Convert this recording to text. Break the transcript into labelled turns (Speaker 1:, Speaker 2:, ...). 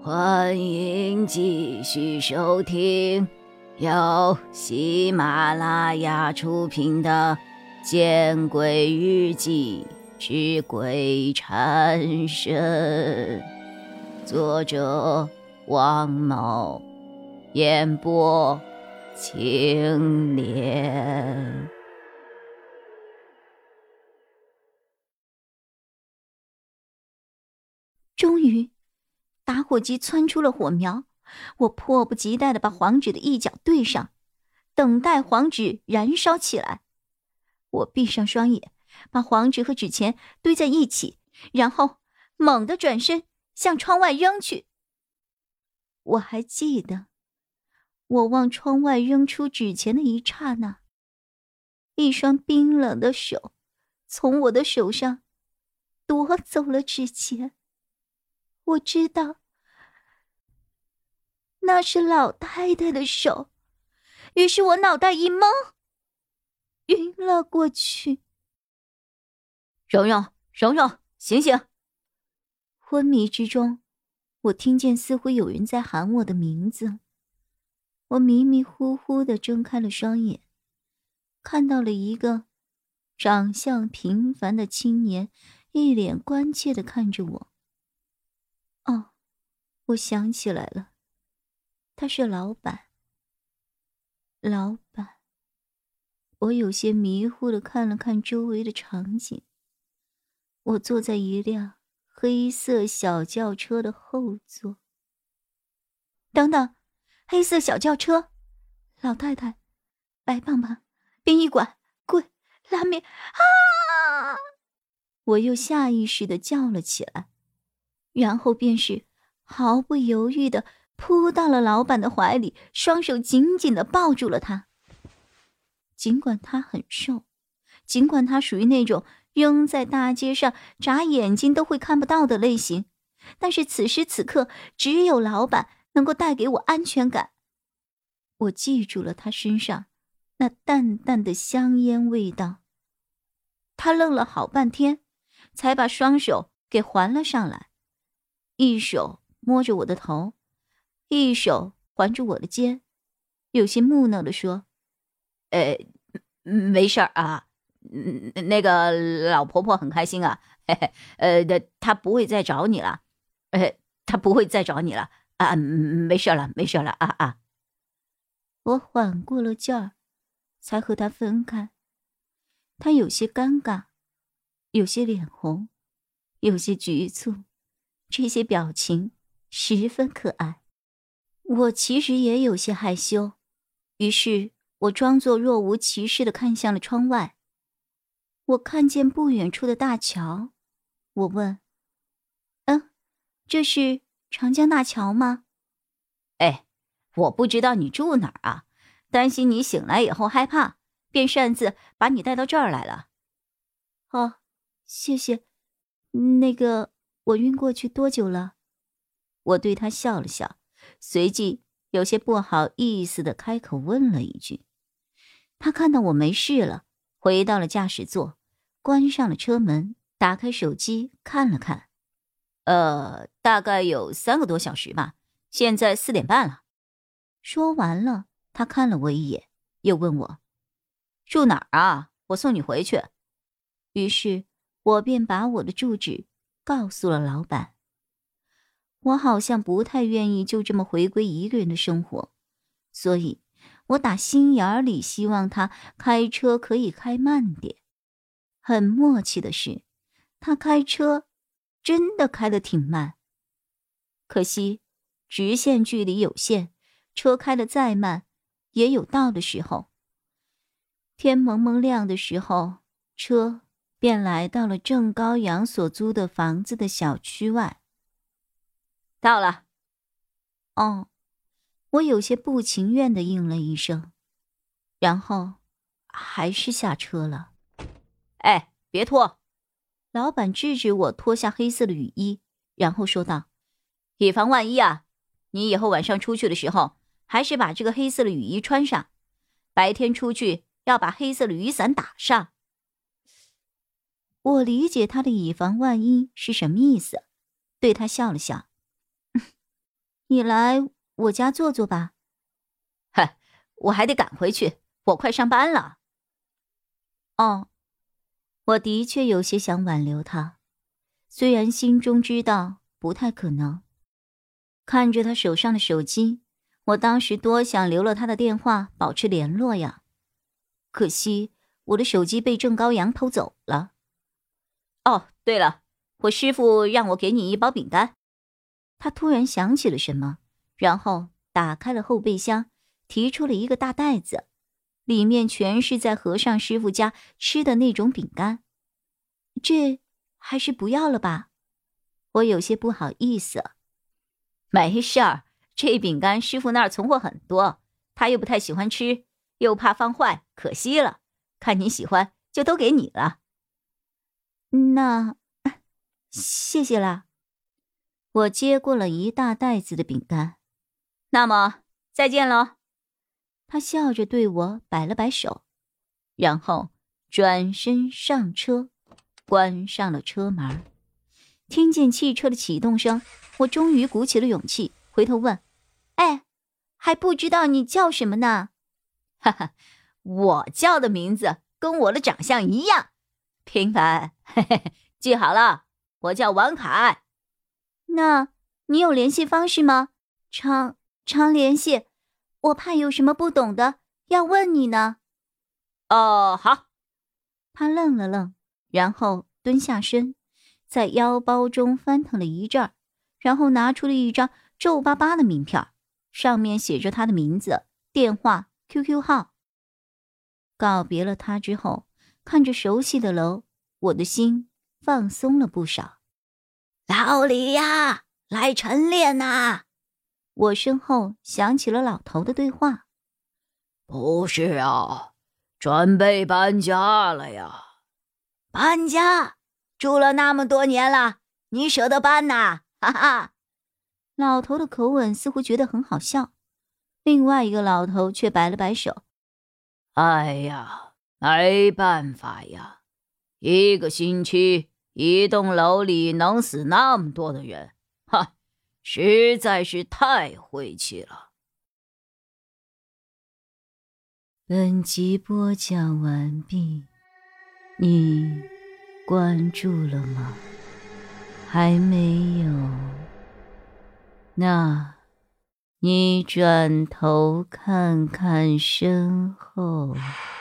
Speaker 1: 欢迎继续收听由喜马拉雅出品的《见鬼日记之鬼缠身》，作者王某，演播青莲。
Speaker 2: 终于打火机窜出了火苗，我迫不及待地把黄纸的一角对上，等待黄纸燃烧起来。我闭上双眼，把黄纸和纸钱堆在一起，然后猛地转身向窗外扔去。我还记得，我往窗外扔出纸钱的一刹那，一双冰冷的手从我的手上夺走了纸钱。我知道那是老太太的手，于是我脑袋一懵，晕了过去。
Speaker 1: 蓉蓉，蓉蓉，醒醒！
Speaker 2: 昏迷之中，我听见似乎有人在喊我的名字。我迷迷糊糊地睁开了双眼，看到了一个长相平凡的青年，一脸关切地看着我。哦，我想起来了，他是老板。老板。我有些迷糊地看了看周围的场景。我坐在一辆黑色小轿车的后座。等等，黑色小轿车，老太太，白胖胖，殡仪馆，滚，拉面啊！我又下意识地叫了起来，然后便是毫不犹豫地扑到了老板的怀里，双手紧紧地抱住了他。尽管他很瘦，尽管他属于那种扔在大街上眨眼睛都会看不到的类型，但是此时此刻只有老板能够带给我安全感。我记住了他身上那淡淡的香烟味道。他愣了好半天，才把双手给还了上来，一手摸着我的头，一手环着我的肩，有些木讷地说：
Speaker 1: 没事儿啊，那个老婆婆很开心啊，她不会再找你了，她不会再找你了啊，没事了，没事了啊。
Speaker 2: 我缓过了劲儿，才和他分开。他有些尴尬，有些脸红，有些局促，这些表情十分可爱。我其实也有些害羞，于是我装作若无其事地看向了窗外。我看见不远处的大桥，我问：这是长江大桥吗？
Speaker 1: 我不知道你住哪儿啊，担心你醒来以后害怕，便擅自把你带到这儿来了。
Speaker 2: 哦，谢谢。那个，我晕过去多久了？我对他笑了笑，随即有些不好意思地开口问了一句。他看到我没事了，回到了驾驶座，关上了车门，打开手机看了看。
Speaker 1: 大概有3个多小时吧，现在4点半了。
Speaker 2: 说完了，他看了我一眼，又问我：
Speaker 1: 住哪儿啊？我送你回去。
Speaker 2: 于是我便把我的住址告诉了老板。我好像不太愿意就这么回归一个人的生活，所以我打心眼里希望他开车可以开慢点。很默契的是，他开车真的开得挺慢。可惜直线距离有限，车开得再慢也有到的时候。天蒙蒙亮的时候，车便来到了郑高阳所租的房子的小区外。
Speaker 1: 到了。
Speaker 2: 哦，我有些不情愿地应了一声，然后还是下车了。
Speaker 1: 别脱！
Speaker 2: 老板制止我脱下黑色的雨衣，然后说道：
Speaker 1: 以防万一啊，你以后晚上出去的时候，还是把这个黑色的雨衣穿上，白天出去要把黑色的雨伞打上。
Speaker 2: 我理解他的以防万一是什么意思，对他笑了笑。 你来我家坐坐吧。
Speaker 1: 嗨，我还得赶回去，我快上班了。
Speaker 2: 哦，我的确有些想挽留他，虽然心中知道不太可能。看着他手上的手机，我当时多想留了他的电话保持联络呀。可惜我的手机被郑高阳偷走了。
Speaker 1: 哦，对了，我师傅让我给你一包饼干。
Speaker 2: 他突然想起了什么，然后打开了后备箱，提出了一个大袋子，里面全是在和尚师傅家吃的那种饼干。这还是不要了吧，我有些不好意思。
Speaker 1: 没事儿，这饼干师傅那儿存货很多，他又不太喜欢吃，又怕放坏，可惜了。看你喜欢，就都给你了。
Speaker 2: 那谢谢啦。我接过了一大袋子的饼干。
Speaker 1: 那么再见喽。
Speaker 2: 他笑着对我摆了摆手，然后转身上车，关上了车门。听见汽车的启动声，我终于鼓起了勇气，回头问：哎，还不知道你叫什么呢？
Speaker 1: 哈哈，我叫的名字跟我的长相一样，平凡，嘿嘿，记好了，我叫王凯。
Speaker 2: 那你有联系方式吗？常联系，我怕有什么不懂的要问你呢。
Speaker 1: 哦，好。
Speaker 2: 他愣了愣，然后蹲下身，在腰包中翻腾了一阵儿，然后拿出了一张皱巴巴的名片，上面写着他的名字、电话、QQ 号。告别了他之后，看着熟悉的楼，我的心放松了不少。
Speaker 1: 老李呀，来晨练呐！
Speaker 2: 我身后响起了老头的对话。
Speaker 1: 不是啊，准备搬家了呀。搬家？住了那么多年了，你舍得搬呐？哈哈。
Speaker 2: 老头的口吻似乎觉得很好笑，另外一个老头却摆了摆手。
Speaker 1: 哎呀，没办法呀，一个星期一栋楼里能死那么多的人，哈，实在是太晦气了。
Speaker 2: 本集播讲完毕，你关注了吗？还没有？那你转头看看身后。